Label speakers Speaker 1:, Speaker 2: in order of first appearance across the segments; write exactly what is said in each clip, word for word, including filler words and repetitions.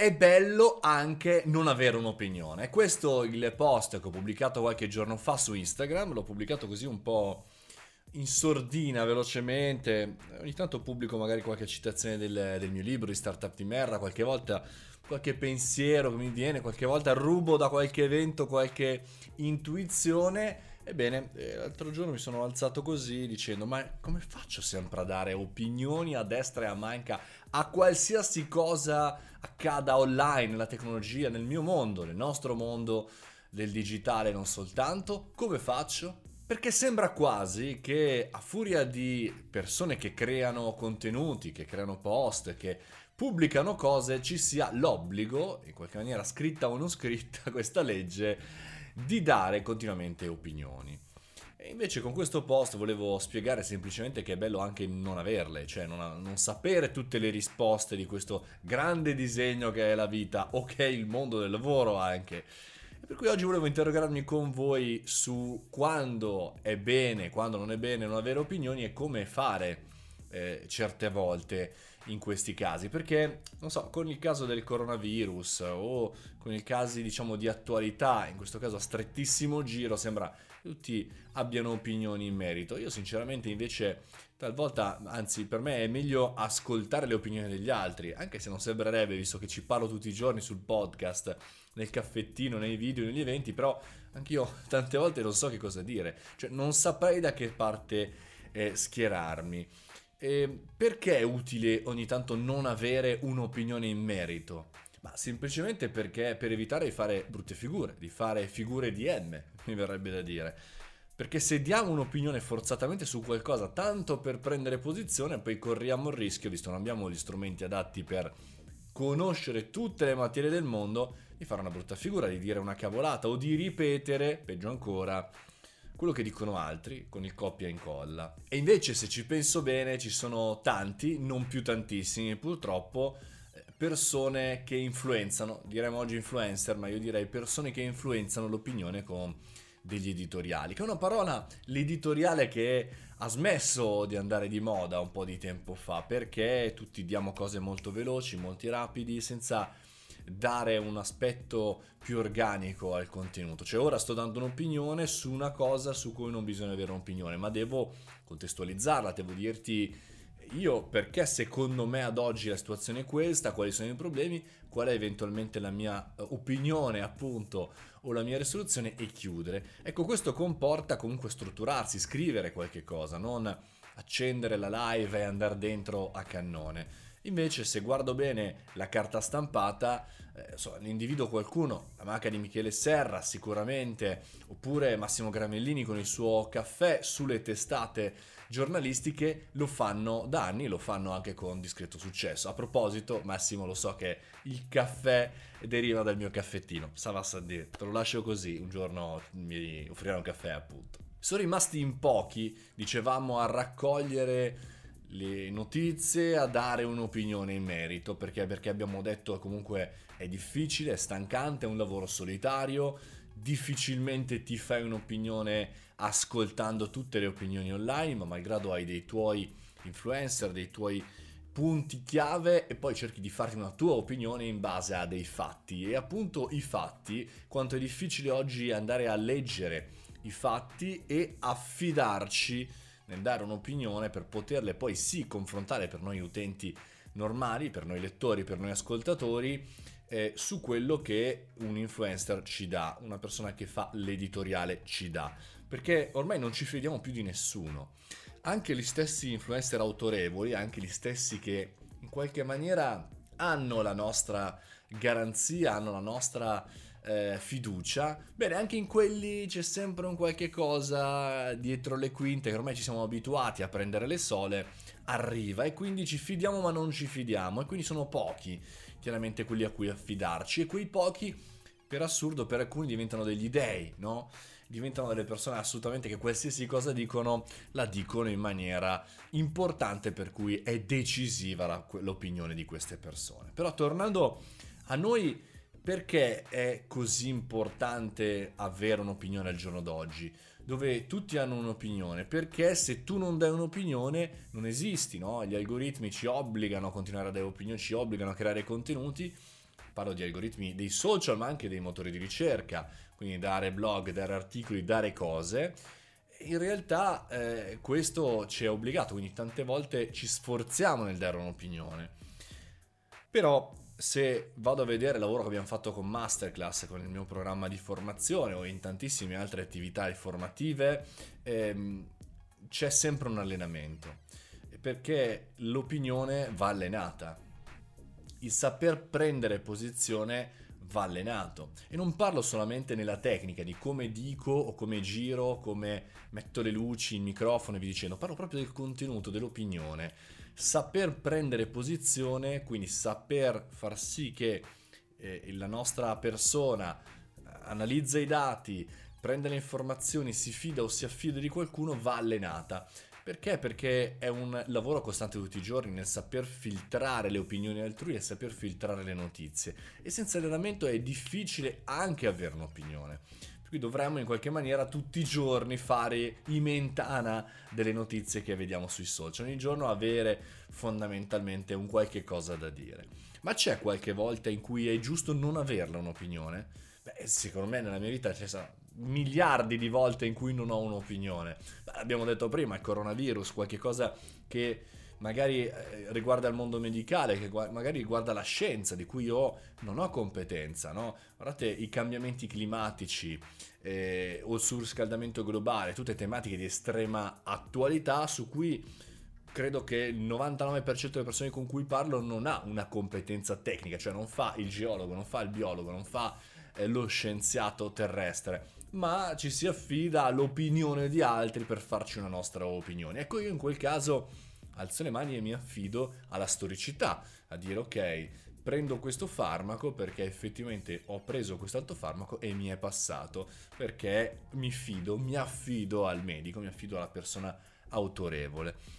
Speaker 1: è bello anche non avere un'opinione. Questo il post che ho pubblicato qualche giorno fa su Instagram, l'ho pubblicato così un po' in sordina, velocemente. Ogni tanto pubblico magari qualche citazione del, del mio libro di Startup di Merda, qualche volta qualche pensiero che mi viene, qualche volta rubo da qualche evento qualche intuizione. Ebbene, eh, l'altro giorno mi sono alzato così dicendo: ma come faccio sempre a dare opinioni a destra e a manca a qualsiasi cosa accada online, nella tecnologia, nel mio mondo, nel nostro mondo del digitale, non soltanto? Come faccio? Perché sembra quasi che a furia di persone che creano contenuti, che creano post, che pubblicano cose, ci sia l'obbligo, in qualche maniera scritta o non scritta, questa legge, di dare continuamente opinioni. E invece con questo post volevo spiegare semplicemente che è bello anche non averle, cioè non, non sapere tutte le risposte di questo grande disegno che è la vita, o che è il mondo del lavoro anche. E per cui oggi volevo interrogarmi con voi su quando è bene, quando non è bene non avere opinioni e come fare eh, certe volte in questi casi, perché non so, con il caso del coronavirus o con i casi diciamo di attualità, in questo caso a strettissimo giro, sembra che tutti abbiano opinioni in merito. Io sinceramente invece talvolta, anzi per me è meglio ascoltare le opinioni degli altri, anche se non sembrerebbe, visto che ci parlo tutti i giorni sul podcast, nel caffettino, nei video, negli eventi, però anch'io tante volte non so che cosa dire, cioè non saprei da che parte eh, schierarmi. E perché è utile ogni tanto non avere un'opinione in merito? Ma semplicemente perché per evitare di fare brutte figure, di fare figure di M, mi verrebbe da dire. Perché se diamo un'opinione forzatamente su qualcosa tanto per prendere posizione, poi corriamo il rischio, visto che non abbiamo gli strumenti adatti per conoscere tutte le materie del mondo, di fare una brutta figura, di dire una cavolata o di ripetere, peggio ancora, quello che dicono altri con il copia e incolla. E invece, se ci penso bene, ci sono tanti, non più tantissimi purtroppo, persone che influenzano, diremmo oggi influencer, ma io direi persone che influenzano l'opinione con degli editoriali, che è una parola, l'editoriale, che ha smesso di andare di moda un po' di tempo fa, perché tutti diamo cose molto veloci, molto rapidi, senza dare un aspetto più organico al contenuto. Cioè ora sto dando un'opinione su una cosa su cui non bisogna avere un'opinione, ma devo contestualizzarla, devo dirti io perché secondo me ad oggi la situazione è questa, quali sono i problemi, qual è eventualmente la mia opinione appunto o la mia risoluzione, e chiudere. Ecco, questo comporta comunque strutturarsi, scrivere qualche cosa, non accendere la live e andare dentro a cannone. Invece, se guardo bene la carta stampata, eh, so, ne individuo qualcuno, la marca di Michele Serra sicuramente, oppure Massimo Gramellini con il suo caffè sulle testate giornalistiche, lo fanno da anni, lo fanno anche con discreto successo. A proposito, Massimo, lo so che il caffè deriva dal mio caffettino, Savassa a dire, te lo lascio così, un giorno mi offrirà un caffè appunto. Sono rimasti in pochi, dicevamo, a raccogliere le notizie, a dare un'opinione in merito, perché perché abbiamo detto che comunque è difficile, è stancante, è un lavoro solitario, difficilmente ti fai un'opinione ascoltando tutte le opinioni online, ma malgrado hai dei tuoi influencer, dei tuoi punti chiave, e poi cerchi di farti una tua opinione in base a dei fatti. E appunto i fatti, quanto è difficile oggi andare a leggere i fatti e affidarci nel dare un'opinione per poterle poi sì confrontare per noi utenti normali, per noi lettori, per noi ascoltatori, eh, su quello che un influencer ci dà, una persona che fa l'editoriale ci dà, perché ormai non ci fidiamo più di nessuno. Anche gli stessi influencer autorevoli, anche gli stessi che in qualche maniera hanno la nostra garanzia, hanno la nostra eh, fiducia, bene, anche in quelli c'è sempre un qualche cosa dietro le quinte, che ormai ci siamo abituati a prendere le sole, arriva, e quindi ci fidiamo ma non ci fidiamo, e quindi sono pochi chiaramente quelli a cui affidarci, e quei pochi per assurdo per alcuni diventano degli dei, no? Diventano delle persone assolutamente che qualsiasi cosa dicono la dicono in maniera importante, per cui è decisiva la, l'opinione di queste persone. Però tornando a noi, perché è così importante avere un'opinione al giorno d'oggi, dove tutti hanno un'opinione? Perché se tu non dai un'opinione non esisti, no? Gli algoritmi ci obbligano a continuare a dare opinioni, ci obbligano a creare contenuti, parlo di algoritmi dei social ma anche dei motori di ricerca, quindi dare blog, dare articoli, dare cose. In realtà eh, questo ci è obbligato, quindi tante volte ci sforziamo nel dare un'opinione. Però se vado a vedere il lavoro che abbiamo fatto con Masterclass, con il mio programma di formazione o in tantissime altre attività formative, ehm, c'è sempre un allenamento, perché l'opinione va allenata. Il saper prendere posizione va allenato, e non parlo solamente nella tecnica di come dico o come giro, come metto le luci, il microfono e vi dicendo, parlo proprio del contenuto, dell'opinione. Saper prendere posizione, quindi saper far sì che eh, la nostra persona analizza i dati, prende le informazioni, si fida o si affida di qualcuno, va allenata. Perché? Perché è un lavoro costante tutti i giorni nel saper filtrare le opinioni altrui e saper filtrare le notizie. E senza allenamento è difficile anche avere un'opinione. Per cui dovremmo in qualche maniera tutti i giorni fare i mentana delle notizie che vediamo sui social. Ogni giorno avere fondamentalmente un qualche cosa da dire. Ma c'è qualche volta in cui è giusto non averla un'opinione? Beh, secondo me nella mia vita ci sono miliardi di volte in cui non ho un'opinione. Beh, abbiamo detto prima, il coronavirus, qualche cosa che magari eh, riguarda il mondo medicale, che gu- magari riguarda la scienza, di cui io non ho competenza, no? Guardate, i cambiamenti climatici eh, o il surriscaldamento globale, tutte tematiche di estrema attualità su cui credo che il novantanove per cento delle persone con cui parlo non ha una competenza tecnica, cioè non fa il geologo, non fa il biologo, non fa eh, lo scienziato terrestre, ma ci si affida all'opinione di altri per farci una nostra opinione. Ecco, io in quel caso alzo le mani e mi affido alla storicità, a dire ok, prendo questo farmaco perché effettivamente ho preso quest'altro farmaco e mi è passato, perché mi fido, mi affido al medico, mi affido alla persona autorevole.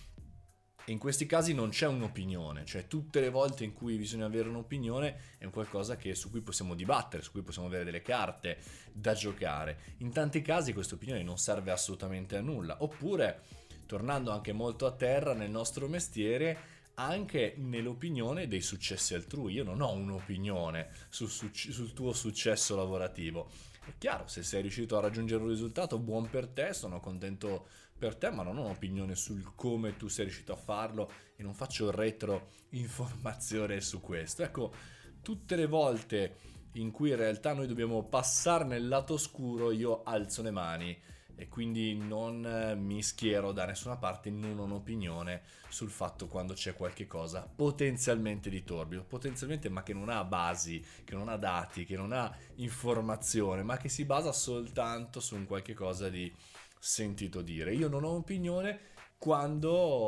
Speaker 1: In questi casi non c'è un'opinione, cioè tutte le volte in cui bisogna avere un'opinione è un qualcosa che, su cui possiamo dibattere, su cui possiamo avere delle carte da giocare. In tanti casi questa opinione non serve assolutamente a nulla, oppure, tornando anche molto a terra nel nostro mestiere, anche nell'opinione dei successi altrui. Io non ho un'opinione sul, sul tuo successo lavorativo. È chiaro, se sei riuscito a raggiungere un risultato, buon per te, sono contento per te, ma non ho un'opinione sul come tu sei riuscito a farlo e non faccio retro informazione su questo. Ecco, tutte le volte in cui in realtà noi dobbiamo passare nel lato oscuro, io alzo le mani e quindi non mi schiero da nessuna parte, non ho un'opinione sul fatto quando c'è qualche cosa potenzialmente di torbido, potenzialmente, ma che non ha basi, che non ha dati, che non ha informazione, ma che si basa soltanto su un qualche cosa di sentito dire. Io non ho opinione quando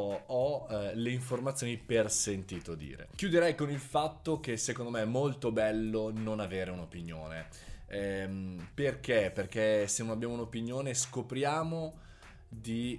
Speaker 1: ho eh, le informazioni per sentito dire. Chiuderei con il fatto che secondo me è molto bello non avere un'opinione. Ehm, perché? Perché se non abbiamo un'opinione scopriamo di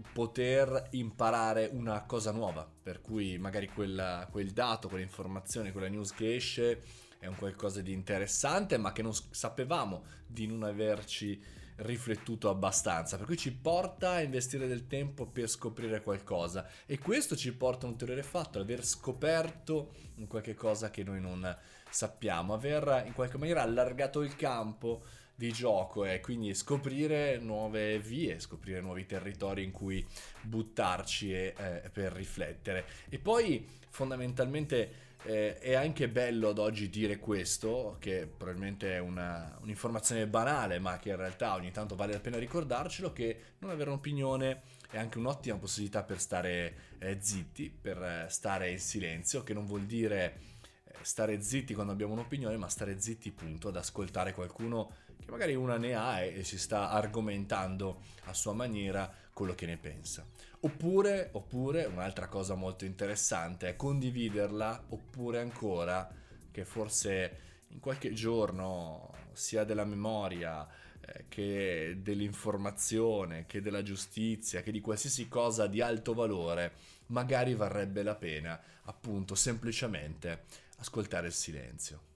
Speaker 1: poter imparare una cosa nuova, per cui magari quella, quel dato, quell'informazione, quella news che esce è un qualcosa di interessante, ma che non sapevamo di non averci riflettuto abbastanza, per cui ci porta a investire del tempo per scoprire qualcosa, e questo ci porta a un ulteriore fatto, aver scoperto un qualche cosa che noi non sappiamo, aver in qualche maniera allargato il campo di gioco e quindi scoprire nuove vie, scoprire nuovi territori in cui buttarci e, eh, per riflettere. E poi fondamentalmente eh, è anche bello ad oggi dire questo, che probabilmente è una, un'informazione banale, ma che in realtà ogni tanto vale la pena ricordarcelo, che non avere un'opinione è anche un'ottima possibilità per stare eh, zitti, per eh, stare in silenzio, che non vuol dire eh, stare zitti quando abbiamo un'opinione, ma stare zitti punto, ad ascoltare qualcuno che magari una ne ha e ci sta argomentando a sua maniera quello che ne pensa. Oppure, oppure un'altra cosa molto interessante è condividerla, oppure ancora che forse in qualche giorno sia della memoria eh, che dell'informazione, che della giustizia, che di qualsiasi cosa di alto valore, magari varrebbe la pena appunto semplicemente ascoltare il silenzio.